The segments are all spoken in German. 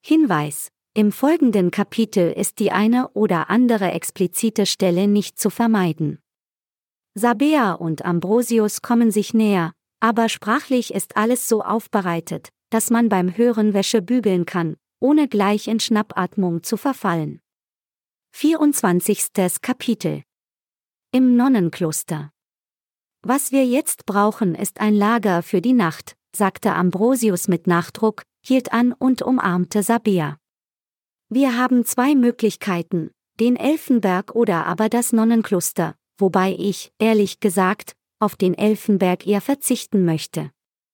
Hinweis: Im folgenden Kapitel ist die eine oder andere explizite Stelle nicht zu vermeiden. Sabea und Ambrosius kommen sich näher, aber sprachlich ist alles so aufbereitet, dass man beim Hören Wäsche bügeln kann, ohne gleich in Schnappatmung zu verfallen. 24. Kapitel. Im Nonnenkloster. Was wir jetzt brauchen, ist ein Lager für die Nacht, sagte Ambrosius mit Nachdruck, hielt an und umarmte Sabea. Wir haben zwei Möglichkeiten, den Elfenberg oder aber das Nonnenkloster, wobei ich, ehrlich gesagt, auf den Elfenberg eher verzichten möchte.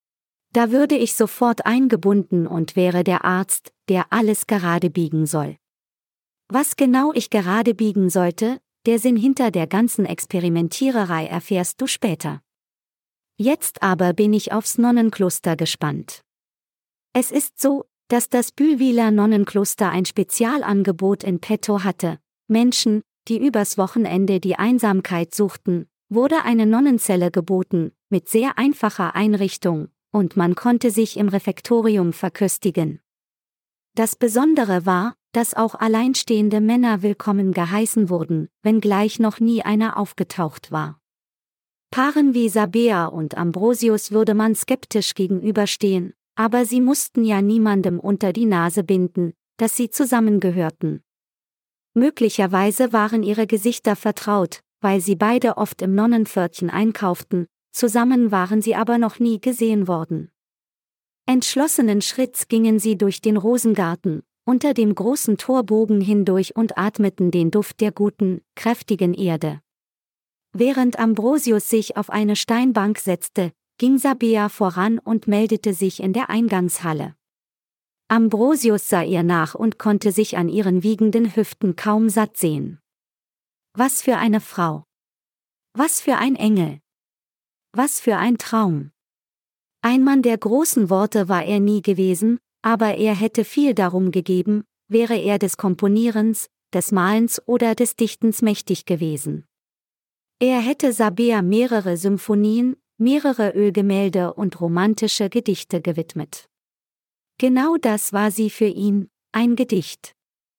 Da würde ich sofort eingebunden und wäre der Arzt, der alles gerade biegen soll. Was genau ich gerade biegen sollte, der Sinn hinter der ganzen Experimentiererei erfährst du später. Jetzt aber bin ich aufs Nonnenkloster gespannt. Es ist so, dass das Bühlwiler Nonnenkloster ein Spezialangebot in petto hatte. Menschen, die übers Wochenende die Einsamkeit suchten, wurde eine Nonnenzelle geboten, mit sehr einfacher Einrichtung, und man konnte sich im Refektorium verköstigen. Das Besondere war, dass auch alleinstehende Männer willkommen geheißen wurden, wenngleich noch nie einer aufgetaucht war. Paaren wie Sabea und Ambrosius würde man skeptisch gegenüberstehen, aber sie mussten ja niemandem unter die Nase binden, dass sie zusammengehörten. Möglicherweise waren ihre Gesichter vertraut, weil sie beide oft im Nonnenpförtchen einkauften, zusammen waren sie aber noch nie gesehen worden. Entschlossenen Schritts gingen sie durch den Rosengarten, unter dem großen Torbogen hindurch und atmeten den Duft der guten, kräftigen Erde. Während Ambrosius sich auf eine Steinbank setzte, ging Sabea voran und meldete sich in der Eingangshalle. Ambrosius sah ihr nach und konnte sich an ihren wiegenden Hüften kaum satt sehen. Was für eine Frau! Was für ein Engel! Was für ein Traum! Ein Mann der großen Worte war er nie gewesen, aber er hätte viel darum gegeben, wäre er des Komponierens, des Malens oder des Dichtens mächtig gewesen. Er hätte Sabea mehrere Symphonien, mehrere Ölgemälde und romantische Gedichte gewidmet. Genau das war sie für ihn, ein Gedicht.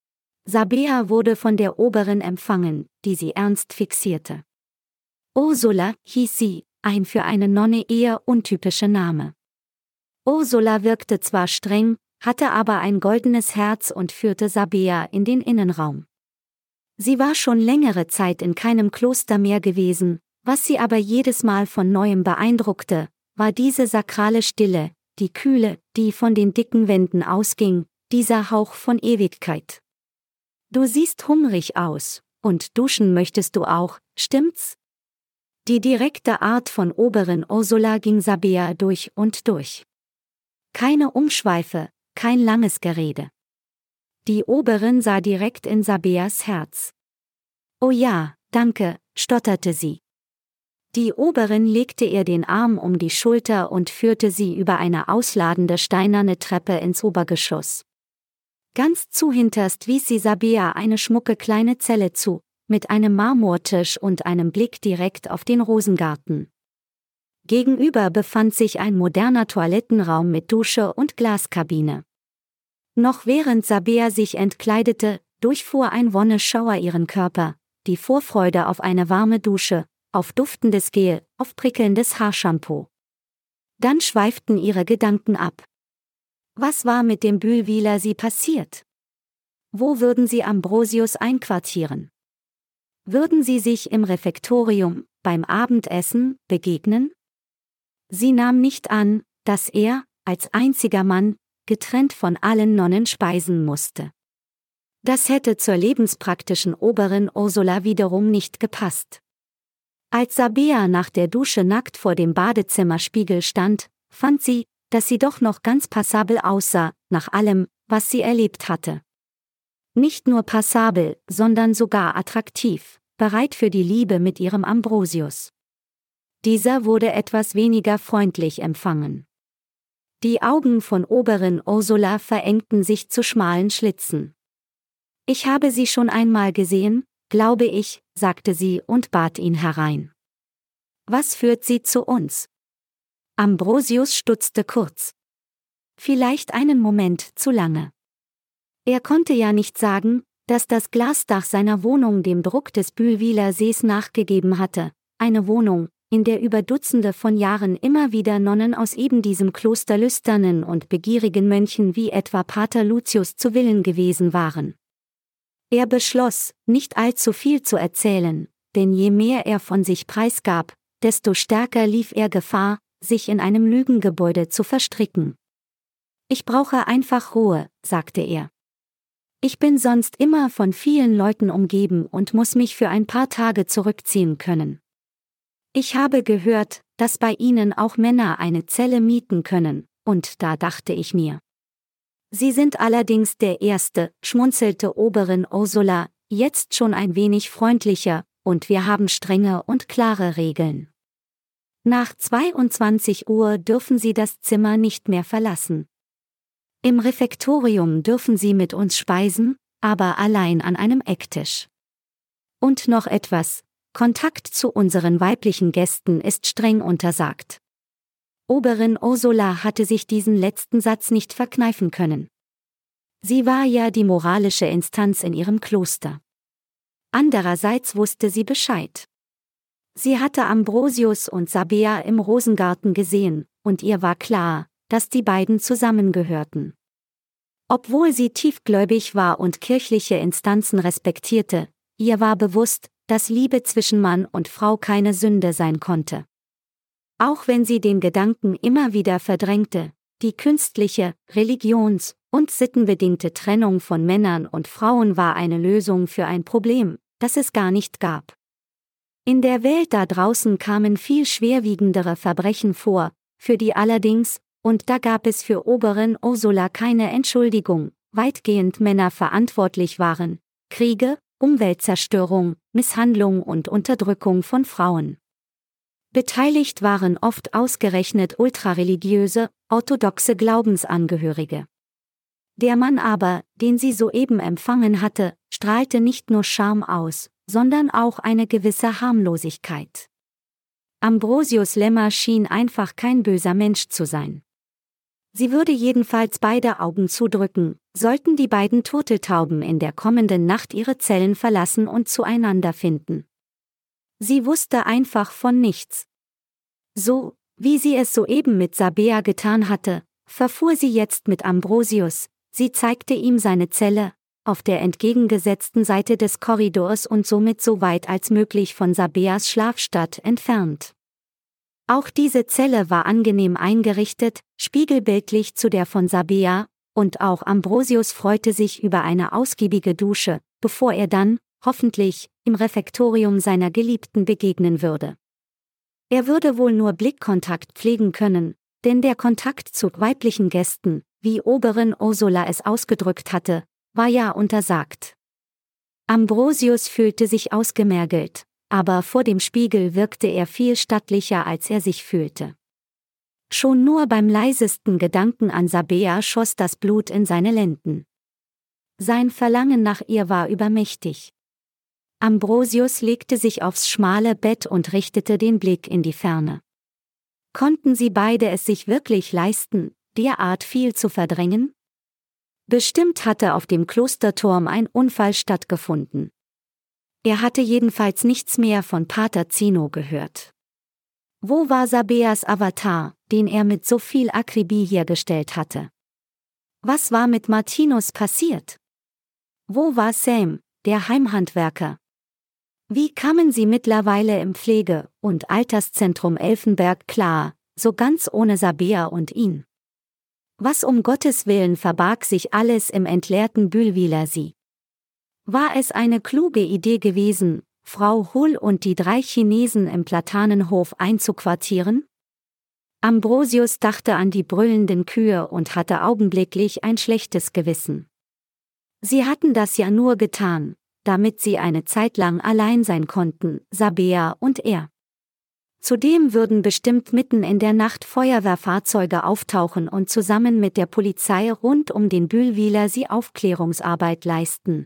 Sabea wurde von der Oberin empfangen, die sie ernst fixierte. Ursula hieß sie, ein für eine Nonne eher untypischer Name. Ursula wirkte zwar streng, hatte aber ein goldenes Herz und führte Sabea in den Innenraum. Sie war schon längere Zeit in keinem Kloster mehr gewesen, was sie aber jedes Mal von Neuem beeindruckte, war diese sakrale Stille, die Kühle, die von den dicken Wänden ausging, dieser Hauch von Ewigkeit. Du siehst hungrig aus, und duschen möchtest du auch, stimmt's? Die direkte Art von Oberin Ursula ging Sabea durch und durch. Keine Umschweife, kein langes Gerede. Die Oberin sah direkt in Sabeas Herz. Oh ja, danke, stotterte sie. Die Oberin legte ihr den Arm um die Schulter und führte sie über eine ausladende steinerne Treppe ins Obergeschoss. Ganz zuhinterst wies sie Sabea eine schmucke kleine Zelle zu, mit einem Marmortisch und einem Blick direkt auf den Rosengarten. Gegenüber befand sich ein moderner Toilettenraum mit Dusche und Glaskabine. Noch während Sabea sich entkleidete, durchfuhr ein Wonneschauer ihren Körper, die Vorfreude auf eine warme Dusche, auf duftendes Gel, auf prickelndes Haarshampoo. Dann schweiften ihre Gedanken ab. Was war mit dem Bühlwiler sie passiert? Wo würden sie Ambrosius einquartieren? Würden sie sich im Refektorium, beim Abendessen, begegnen? Sie nahm nicht an, dass er, als einziger Mann, getrennt von allen Nonnen speisen musste. Das hätte zur lebenspraktischen Oberin Ursula wiederum nicht gepasst. Als Sabea nach der Dusche nackt vor dem Badezimmerspiegel stand, fand sie, dass sie doch noch ganz passabel aussah, nach allem, was sie erlebt hatte. Nicht nur passabel, sondern sogar attraktiv, bereit für die Liebe mit ihrem Ambrosius. Dieser wurde etwas weniger freundlich empfangen. Die Augen von Oberin Ursula verengten sich zu schmalen Schlitzen. Ich habe sie schon einmal gesehen, glaube ich, sagte sie und bat ihn herein. Was führt sie zu uns? Ambrosius stutzte kurz. Vielleicht einen Moment zu lange. Er konnte ja nicht sagen, dass das Glasdach seiner Wohnung dem Druck des Bühlwiler Sees nachgegeben hatte, eine Wohnung, in der über Dutzende von Jahren immer wieder Nonnen aus eben diesem Kloster lüsternen und begierigen Mönchen wie etwa Pater Lucius zu Willen gewesen waren. Er beschloss, nicht allzu viel zu erzählen, denn je mehr er von sich preisgab, desto stärker lief er Gefahr, sich in einem Lügengebäude zu verstricken. »Ich brauche einfach Ruhe«, sagte er. »Ich bin sonst immer von vielen Leuten umgeben und muss mich für ein paar Tage zurückziehen können. Ich habe gehört, dass bei Ihnen auch Männer eine Zelle mieten können, und da dachte ich mir. Sie sind allerdings der Erste«, schmunzelte Oberin Ursula, jetzt schon ein wenig freundlicher, »und wir haben strenge und klare Regeln. Nach 22 Uhr dürfen Sie das Zimmer nicht mehr verlassen. Im Refektorium dürfen Sie mit uns speisen, aber allein an einem Ecktisch. Und noch etwas: Kontakt zu unseren weiblichen Gästen ist streng untersagt.« Oberin Ursula hatte sich diesen letzten Satz nicht verkneifen können. Sie war ja die moralische Instanz in ihrem Kloster. Andererseits wusste sie Bescheid. Sie hatte Ambrosius und Sabea im Rosengarten gesehen, und ihr war klar, dass die beiden zusammengehörten. Obwohl sie tiefgläubig war und kirchliche Instanzen respektierte, ihr war bewusst, dass Liebe zwischen Mann und Frau keine Sünde sein konnte. Auch wenn sie den Gedanken immer wieder verdrängte, die künstliche, religions- und sittenbedingte Trennung von Männern und Frauen war eine Lösung für ein Problem, das es gar nicht gab. In der Welt da draußen kamen viel schwerwiegendere Verbrechen vor, für die allerdings, und da gab es für Oberin Ursula keine Entschuldigung, weitgehend Männer verantwortlich waren: Kriege, Umweltzerstörung, Misshandlung und Unterdrückung von Frauen. Beteiligt waren oft ausgerechnet ultrareligiöse, orthodoxe Glaubensangehörige. Der Mann aber, den sie soeben empfangen hatte, strahlte nicht nur Charme aus, sondern auch eine gewisse Harmlosigkeit. Ambrosius Lämmer schien einfach kein böser Mensch zu sein. Sie würde jedenfalls beide Augen zudrücken, sollten die beiden Turteltauben in der kommenden Nacht ihre Zellen verlassen und zueinander finden. Sie wusste einfach von nichts. So, wie sie es soeben mit Sabea getan hatte, verfuhr sie jetzt mit Ambrosius. Sie zeigte ihm seine Zelle, auf der entgegengesetzten Seite des Korridors und somit so weit als möglich von Sabeas Schlafstatt entfernt. Auch diese Zelle war angenehm eingerichtet, spiegelbildlich zu der von Sabea, und auch Ambrosius freute sich über eine ausgiebige Dusche, bevor er dann, hoffentlich, im Refektorium seiner Geliebten begegnen würde. Er würde wohl nur Blickkontakt pflegen können, denn der Kontakt zu weiblichen Gästen, wie Oberin Ursula es ausgedrückt hatte, war ja untersagt. Ambrosius fühlte sich ausgemergelt, aber vor dem Spiegel wirkte er viel stattlicher, als er sich fühlte. Schon nur beim leisesten Gedanken an Sabea schoss das Blut in seine Lenden. Sein Verlangen nach ihr war übermächtig. Ambrosius legte sich aufs schmale Bett und richtete den Blick in die Ferne. Konnten sie beide es sich wirklich leisten, derart viel zu verdrängen? Bestimmt hatte auf dem Klosterturm ein Unfall stattgefunden. Er hatte jedenfalls nichts mehr von Pater Zino gehört. Wo war Sabeas Avatar, den er mit so viel Akribie hergestellt hatte? Was war mit Martinus passiert? Wo war Sam, der Heimhandwerker? Wie kamen sie mittlerweile im Pflege- und Alterszentrum Elfenberg klar, so ganz ohne Sabea und ihn? Was um Gottes Willen verbarg sich alles im entleerten Bühlwiler See? War es eine kluge Idee gewesen, Frau Hull und die 3 Chinesen im Platanenhof einzuquartieren? Ambrosius dachte an die brüllenden Kühe und hatte augenblicklich ein schlechtes Gewissen. Sie hatten das ja nur getan, damit sie eine Zeit lang allein sein konnten, Sabea und er. Zudem würden bestimmt mitten in der Nacht Feuerwehrfahrzeuge auftauchen und zusammen mit der Polizei rund um den Bühlwiler See Aufklärungsarbeit leisten.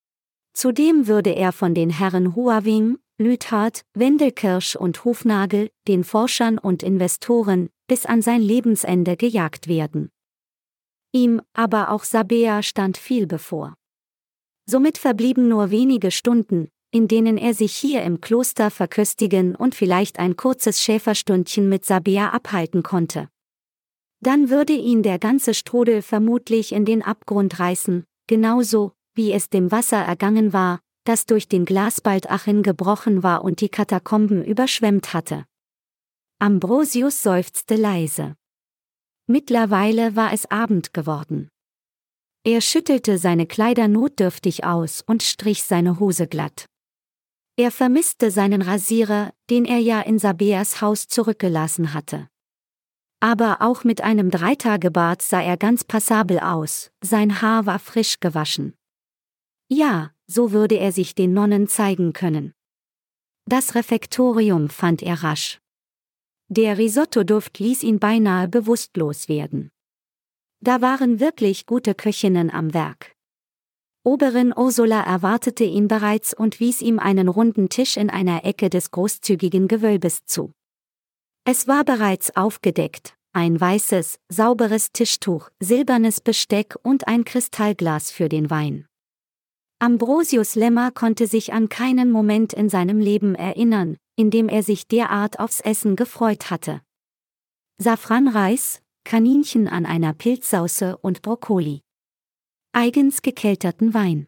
Zudem würde er von den Herren Huawing, Lüthardt, Wendelkirsch und Hufnagel, den Forschern und Investoren, bis an sein Lebensende gejagt werden. Ihm, aber auch Sabea stand viel bevor. Somit verblieben nur wenige Stunden, in denen er sich hier im Kloster verköstigen und vielleicht ein kurzes Schäferstündchen mit Sabea abhalten konnte. Dann würde ihn der ganze Strudel vermutlich in den Abgrund reißen, genauso, wie es dem Wasser ergangen war, das durch den Glasbaldachin gebrochen war und die Katakomben überschwemmt hatte. Ambrosius seufzte leise. Mittlerweile war es Abend geworden. Er schüttelte seine Kleider notdürftig aus und strich seine Hose glatt. Er vermisste seinen Rasierer, den er ja in Sabeas Haus zurückgelassen hatte. Aber auch mit einem 3-Tage-Bart sah er ganz passabel aus, sein Haar war frisch gewaschen. Ja, so würde er sich den Nonnen zeigen können. Das Refektorium fand er rasch. Der Risottoduft ließ ihn beinahe bewusstlos werden. Da waren wirklich gute Köchinnen am Werk. Oberin Ursula erwartete ihn bereits und wies ihm einen runden Tisch in einer Ecke des großzügigen Gewölbes zu. Es war bereits aufgedeckt, ein weißes, sauberes Tischtuch, silbernes Besteck und ein Kristallglas für den Wein. Ambrosius Lemmer konnte sich an keinen Moment in seinem Leben erinnern, in dem er sich derart aufs Essen gefreut hatte. Safranreis, Kaninchen an einer Pilzsauce und Brokkoli. Eigens gekelterten Wein.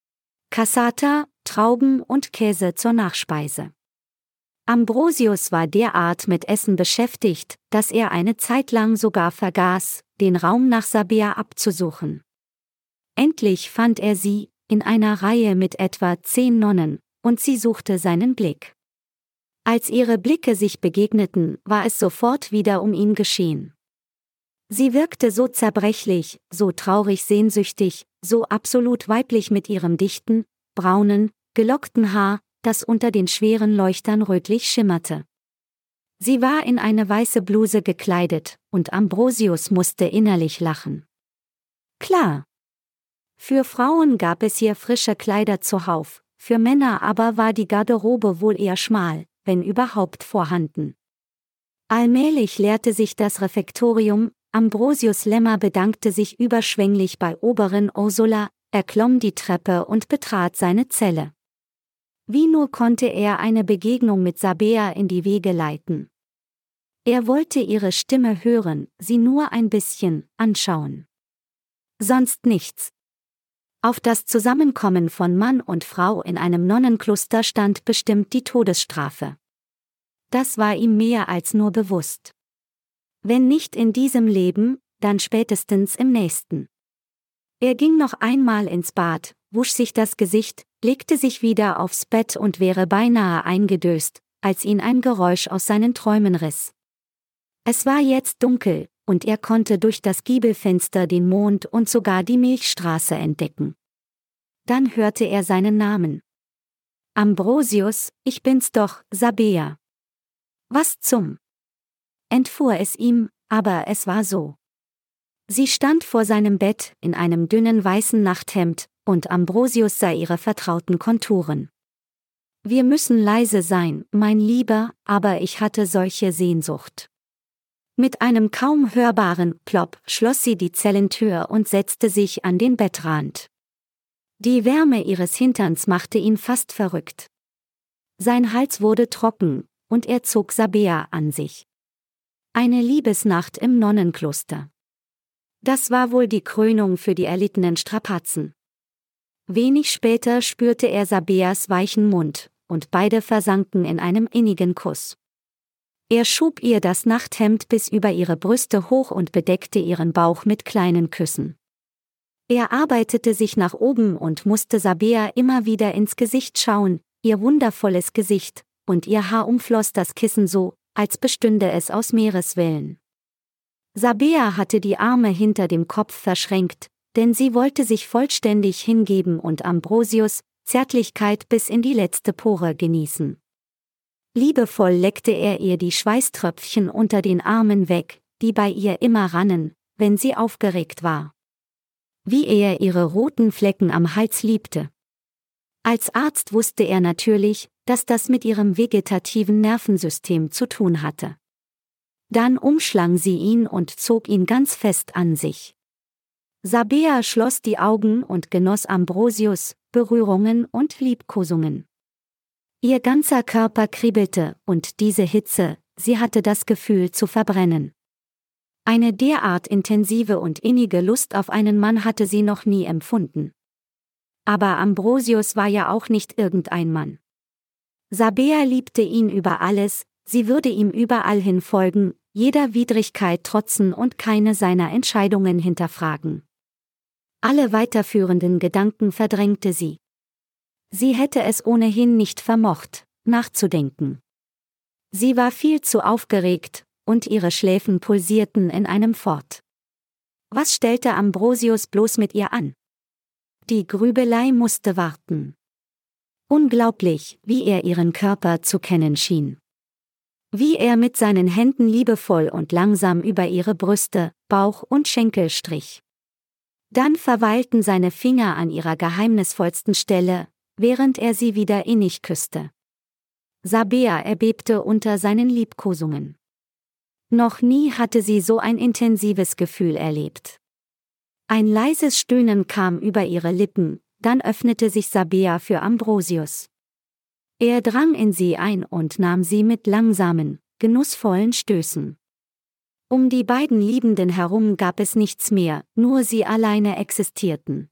Cassata, Trauben und Käse zur Nachspeise. Ambrosius war derart mit Essen beschäftigt, dass er eine Zeit lang sogar vergaß, den Raum nach Sabea abzusuchen. Endlich fand er sie, in einer Reihe mit etwa 10 Nonnen, und sie suchte seinen Blick. Als ihre Blicke sich begegneten, war es sofort wieder um ihn geschehen. Sie wirkte so zerbrechlich, so traurig sehnsüchtig, so absolut weiblich mit ihrem dichten, braunen, gelockten Haar, das unter den schweren Leuchtern rötlich schimmerte. Sie war in eine weiße Bluse gekleidet, und Ambrosius musste innerlich lachen. Klar. Für Frauen gab es hier frische Kleider zuhauf, für Männer aber war die Garderobe wohl eher schmal, wenn überhaupt vorhanden. Allmählich leerte sich das Refektorium, Ambrosius Lemmer bedankte sich überschwänglich bei Oberin Ursula, erklomm die Treppe und betrat seine Zelle. Wie nur konnte er eine Begegnung mit Sabea in die Wege leiten. Er wollte ihre Stimme hören, sie nur ein bisschen anschauen. Sonst nichts. Auf das Zusammenkommen von Mann und Frau in einem Nonnenkloster stand bestimmt die Todesstrafe. Das war ihm mehr als nur bewusst. Wenn nicht in diesem Leben, dann spätestens im nächsten. Er ging noch einmal ins Bad, wusch sich das Gesicht, legte sich wieder aufs Bett und wäre beinahe eingedöst, als ihn ein Geräusch aus seinen Träumen riss. Es war jetzt dunkel, und er konnte durch das Giebelfenster den Mond und sogar die Milchstraße entdecken. Dann hörte er seinen Namen. Ambrosius, ich bin's doch, Sabea. Was zum? Entfuhr es ihm, aber es war so. Sie stand vor seinem Bett in einem dünnen weißen Nachthemd, und Ambrosius sah ihre vertrauten Konturen. Wir müssen leise sein, mein Lieber, aber ich hatte solche Sehnsucht. Mit einem kaum hörbaren Plopp schloss sie die Zellentür und setzte sich an den Bettrand. Die Wärme ihres Hinterns machte ihn fast verrückt. Sein Hals wurde trocken, und er zog Sabea an sich. Eine Liebesnacht im Nonnenkloster. Das war wohl die Krönung für die erlittenen Strapazen. Wenig später spürte er Sabeas weichen Mund, und beide versanken in einem innigen Kuss. Er schob ihr das Nachthemd bis über ihre Brüste hoch und bedeckte ihren Bauch mit kleinen Küssen. Er arbeitete sich nach oben und musste Sabea immer wieder ins Gesicht schauen, ihr wundervolles Gesicht, und ihr Haar umfloss das Kissen so, als bestünde es aus Meereswellen. Sabea hatte die Arme hinter dem Kopf verschränkt, denn sie wollte sich vollständig hingeben und Ambrosius' Zärtlichkeit bis in die letzte Pore genießen. Liebevoll leckte er ihr die Schweißtröpfchen unter den Armen weg, die bei ihr immer rannen, wenn sie aufgeregt war. Wie er ihre roten Flecken am Hals liebte. Als Arzt wusste er natürlich, dass das mit ihrem vegetativen Nervensystem zu tun hatte. Dann umschlang sie ihn und zog ihn ganz fest an sich. Sabea schloss die Augen und genoss Ambrosius' Berührungen und Liebkosungen. Ihr ganzer Körper kribbelte, und diese Hitze, sie hatte das Gefühl zu verbrennen. Eine derart intensive und innige Lust auf einen Mann hatte sie noch nie empfunden. Aber Ambrosius war ja auch nicht irgendein Mann. Sabea liebte ihn über alles, sie würde ihm überall hin folgen, jeder Widrigkeit trotzen und keine seiner Entscheidungen hinterfragen. Alle weiterführenden Gedanken verdrängte sie. Sie hätte es ohnehin nicht vermocht, nachzudenken. Sie war viel zu aufgeregt, und ihre Schläfen pulsierten in einem fort. Was stellte Ambrosius bloß mit ihr an? Die Grübelei musste warten. Unglaublich, wie er ihren Körper zu kennen schien. Wie er mit seinen Händen liebevoll und langsam über ihre Brüste, Bauch und Schenkel strich. Dann verweilten seine Finger an ihrer geheimnisvollsten Stelle, während er sie wieder innig küsste. Sabea erbebte unter seinen Liebkosungen. Noch nie hatte sie so ein intensives Gefühl erlebt. Ein leises Stöhnen kam über ihre Lippen, dann öffnete sich Sabea für Ambrosius. Er drang in sie ein und nahm sie mit langsamen, genussvollen Stößen. Um die beiden Liebenden herum gab es nichts mehr, nur sie alleine existierten.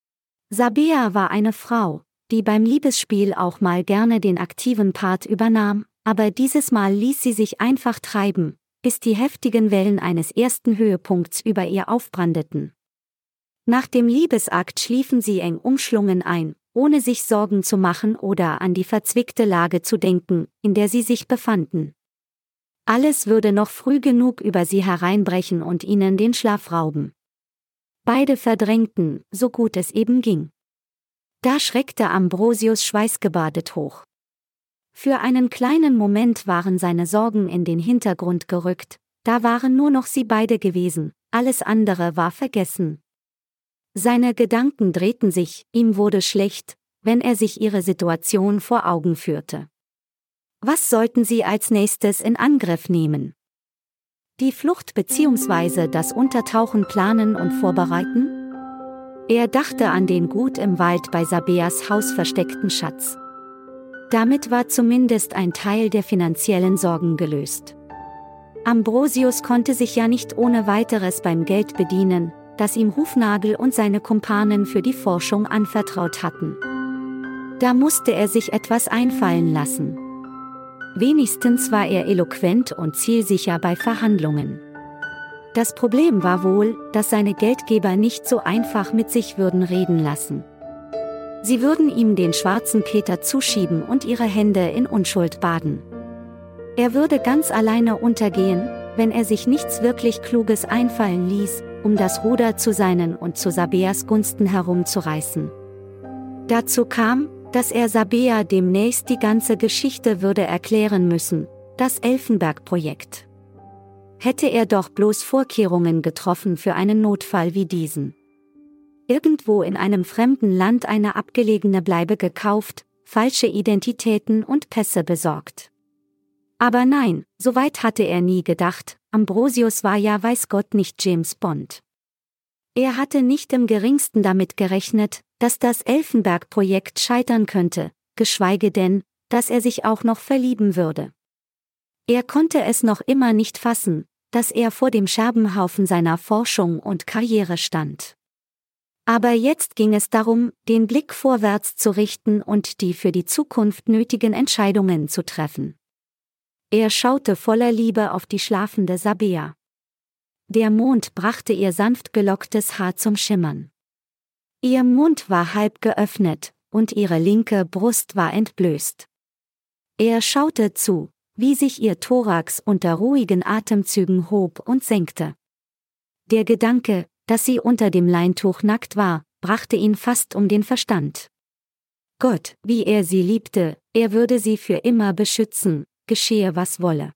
Sabea war eine Frau, die beim Liebesspiel auch mal gerne den aktiven Part übernahm, aber dieses Mal ließ sie sich einfach treiben, bis die heftigen Wellen eines ersten Höhepunkts über ihr aufbrandeten. Nach dem Liebesakt schliefen sie eng umschlungen ein, ohne sich Sorgen zu machen oder an die verzwickte Lage zu denken, in der sie sich befanden. Alles würde noch früh genug über sie hereinbrechen und ihnen den Schlaf rauben. Beide verdrängten, so gut es eben ging. Da schreckte Ambrosius schweißgebadet hoch. Für einen kleinen Moment waren seine Sorgen in den Hintergrund gerückt, da waren nur noch sie beide gewesen, alles andere war vergessen. Seine Gedanken drehten sich, ihm wurde schlecht, wenn er sich ihre Situation vor Augen führte. Was sollten sie als nächstes in Angriff nehmen? Die Flucht bzw. das Untertauchen planen und vorbereiten? Er dachte an den gut im Wald bei Sabeas Haus versteckten Schatz. Damit war zumindest ein Teil der finanziellen Sorgen gelöst. Ambrosius konnte sich ja nicht ohne weiteres beim Geld bedienen, das ihm Hufnagel und seine Kumpanen für die Forschung anvertraut hatten. Da musste er sich etwas einfallen lassen. Wenigstens war er eloquent und zielsicher bei Verhandlungen. Das Problem war wohl, dass seine Geldgeber nicht so einfach mit sich würden reden lassen. Sie würden ihm den schwarzen Peter zuschieben und ihre Hände in Unschuld baden. Er würde ganz alleine untergehen, wenn er sich nichts wirklich Kluges einfallen ließ, um das Ruder zu seinen und zu Sabeas Gunsten herumzureißen. Dazu kam, dass er Sabea demnächst die ganze Geschichte würde erklären müssen, das Elfenberg-Projekt. Hätte er doch bloß Vorkehrungen getroffen für einen Notfall wie diesen. Irgendwo in einem fremden Land eine abgelegene Bleibe gekauft, falsche Identitäten und Pässe besorgt. Aber nein, so weit hatte er nie gedacht, Ambrosius war ja weiß Gott nicht James Bond. Er hatte nicht im geringsten damit gerechnet, dass das Elfenberg-Projekt scheitern könnte, geschweige denn, dass er sich auch noch verlieben würde. Er konnte es noch immer nicht fassen, dass er vor dem Scherbenhaufen seiner Forschung und Karriere stand. Aber jetzt ging es darum, den Blick vorwärts zu richten und die für die Zukunft nötigen Entscheidungen zu treffen. Er schaute voller Liebe auf die schlafende Sabea. Der Mond brachte ihr sanft gelocktes Haar zum Schimmern. Ihr Mund war halb geöffnet, und ihre linke Brust war entblößt. Er schaute zu, wie sich ihr Thorax unter ruhigen Atemzügen hob und senkte. Der Gedanke, dass sie unter dem Leintuch nackt war, brachte ihn fast um den Verstand. Gott, wie er sie liebte, er würde sie für immer beschützen, geschehe was wolle.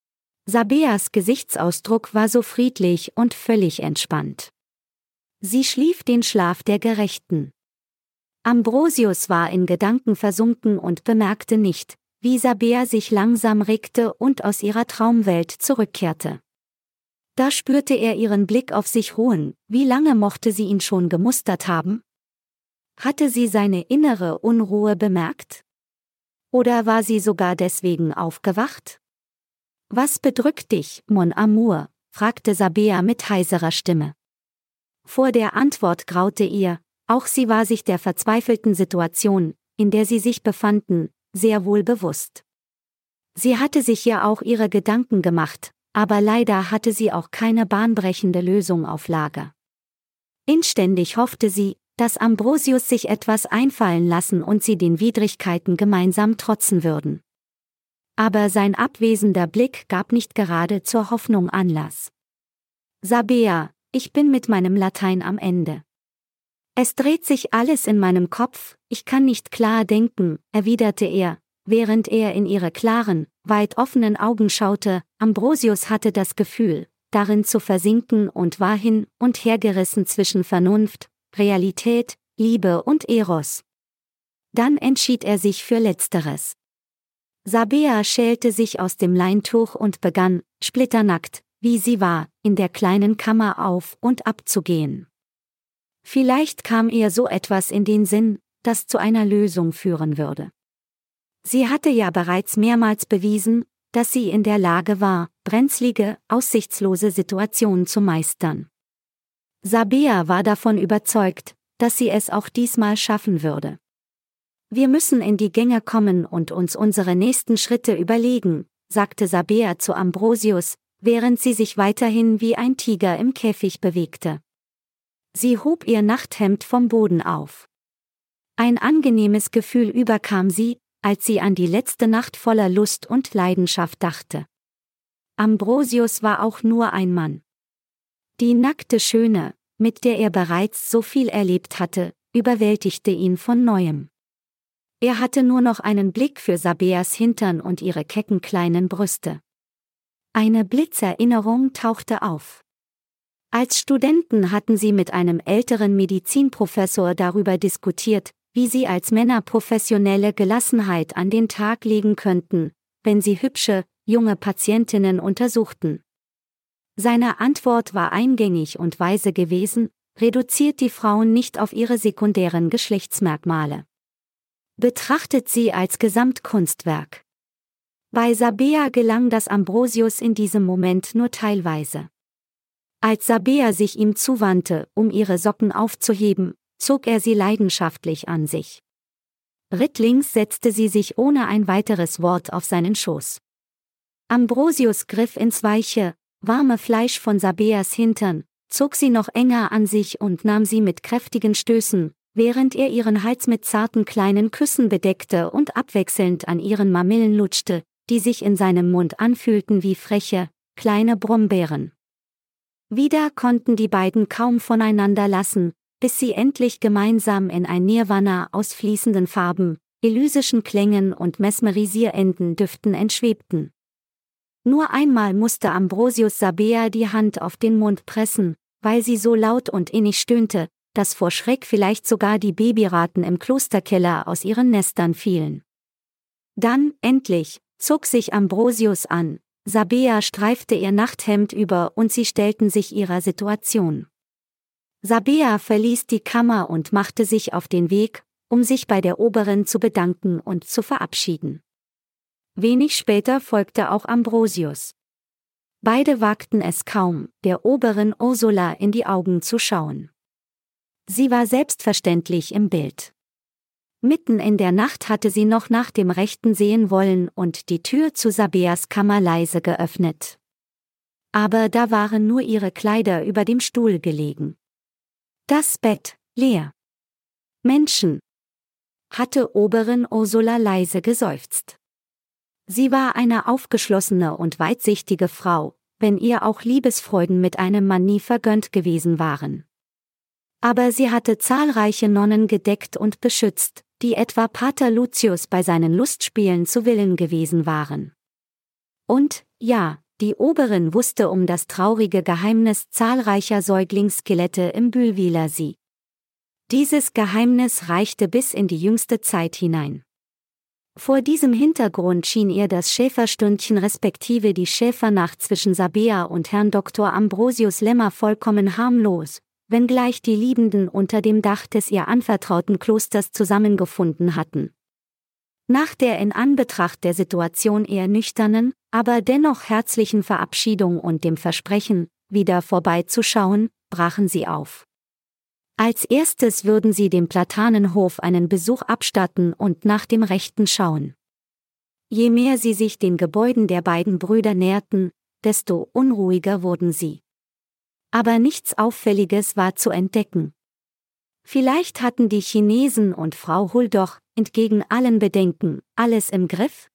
Sabeas Gesichtsausdruck war so friedlich und völlig entspannt. Sie schlief den Schlaf der Gerechten. Ambrosius war in Gedanken versunken und bemerkte nicht, wie Sabea sich langsam regte und aus ihrer Traumwelt zurückkehrte. Da spürte er ihren Blick auf sich ruhen. Wie lange mochte sie ihn schon gemustert haben? Hatte sie seine innere Unruhe bemerkt? Oder war sie sogar deswegen aufgewacht? Was bedrückt dich, mon amour? Fragte Sabea mit heiserer Stimme. Vor der Antwort graute ihr, auch sie war sich der verzweifelten Situation, in der sie sich befanden, sehr wohl bewusst. Sie hatte sich ja auch ihre Gedanken gemacht, aber leider hatte sie auch keine bahnbrechende Lösung auf Lager. Inständig hoffte sie, dass Ambrosius sich etwas einfallen lassen und sie den Widrigkeiten gemeinsam trotzen würden. Aber sein abwesender Blick gab nicht gerade zur Hoffnung Anlass. Sabea, ich bin mit meinem Latein am Ende. Es dreht sich alles in meinem Kopf, ich kann nicht klar denken, erwiderte er, während er in ihre klaren, weit offenen Augen schaute. Ambrosius hatte das Gefühl, darin zu versinken und war hin und hergerissen zwischen Vernunft, Realität, Liebe und Eros. Dann entschied er sich für Letzteres. Sabea schälte sich aus dem Leintuch und begann, splitternackt, wie sie war, in der kleinen Kammer auf und ab zu gehen. Vielleicht kam ihr so etwas in den Sinn, das zu einer Lösung führen würde. Sie hatte ja bereits mehrmals bewiesen, dass sie in der Lage war, brenzlige, aussichtslose Situationen zu meistern. Sabea war davon überzeugt, dass sie es auch diesmal schaffen würde. Wir müssen in die Gänge kommen und uns unsere nächsten Schritte überlegen, sagte Sabea zu Ambrosius, während sie sich weiterhin wie ein Tiger im Käfig bewegte. Sie hob ihr Nachthemd vom Boden auf. Ein angenehmes Gefühl überkam sie, als sie an die letzte Nacht voller Lust und Leidenschaft dachte. Ambrosius war auch nur ein Mann. Die nackte Schöne, mit der er bereits so viel erlebt hatte, überwältigte ihn von Neuem. Er hatte nur noch einen Blick für Sabeas Hintern und ihre kecken kleinen Brüste. Eine Blitzerinnerung tauchte auf. Als Studenten hatten sie mit einem älteren Medizinprofessor darüber diskutiert, wie sie als Männer professionelle Gelassenheit an den Tag legen könnten, wenn sie hübsche, junge Patientinnen untersuchten. Seine Antwort war eingängig und weise gewesen: reduziert die Frauen nicht auf ihre sekundären Geschlechtsmerkmale. Betrachtet sie als Gesamtkunstwerk. Bei Sabea gelang das Ambrosius in diesem Moment nur teilweise. Als Sabea sich ihm zuwandte, um ihre Socken aufzuheben, zog er sie leidenschaftlich an sich. Rittlings setzte sie sich ohne ein weiteres Wort auf seinen Schoß. Ambrosius griff ins weiche, warme Fleisch von Sabeas Hintern, zog sie noch enger an sich und nahm sie mit kräftigen Stößen, während er ihren Hals mit zarten kleinen Küssen bedeckte und abwechselnd an ihren Mamillen lutschte, die sich in seinem Mund anfühlten wie freche, kleine Brombeeren. Wieder konnten die beiden kaum voneinander lassen, bis sie endlich gemeinsam in ein Nirvana aus fließenden Farben, elysischen Klängen und mesmerisierenden Düften entschwebten. Nur einmal musste Ambrosius Sabea die Hand auf den Mund pressen, weil sie so laut und innig stöhnte, dass vor Schreck vielleicht sogar die Babyratten im Klosterkeller aus ihren Nestern fielen. Dann, endlich, zog sich Ambrosius an, Sabea streifte ihr Nachthemd über und sie stellten sich ihrer Situation. Sabea verließ die Kammer und machte sich auf den Weg, um sich bei der Oberin zu bedanken und zu verabschieden. Wenig später folgte auch Ambrosius. Beide wagten es kaum, der Oberin Ursula in die Augen zu schauen. Sie war selbstverständlich im Bild. Mitten in der Nacht hatte sie noch nach dem Rechten sehen wollen und die Tür zu Sabeas Kammer leise geöffnet. Aber da waren nur ihre Kleider über dem Stuhl gelegen. Das Bett, leer. Menschen, hatte Oberin Ursula leise geseufzt. Sie war eine aufgeschlossene und weitsichtige Frau, wenn ihr auch Liebesfreuden mit einem Mann nie vergönnt gewesen waren. Aber sie hatte zahlreiche Nonnen gedeckt und beschützt, die etwa Pater Lucius bei seinen Lustspielen zu Willen gewesen waren. Und, ja, die Oberin wusste um das traurige Geheimnis zahlreicher Säuglingsskelette im Bühlwiler See. Dieses Geheimnis reichte bis in die jüngste Zeit hinein. Vor diesem Hintergrund schien ihr das Schäferstündchen respektive die Schäfernacht zwischen Sabea und Herrn Dr. Ambrosius Lemmer vollkommen harmlos, wenngleich die Liebenden unter dem Dach des ihr anvertrauten Klosters zusammengefunden hatten. Nach der in Anbetracht der Situation eher nüchternen, aber dennoch herzlichen Verabschiedung und dem Versprechen, wieder vorbeizuschauen, brachen sie auf. Als erstes würden sie dem Platanenhof einen Besuch abstatten und nach dem Rechten schauen. Je mehr sie sich den Gebäuden der beiden Brüder näherten, desto unruhiger wurden sie. Aber nichts Auffälliges war zu entdecken. Vielleicht hatten die Chinesen und Frau Hull doch, entgegen allen Bedenken, alles im Griff?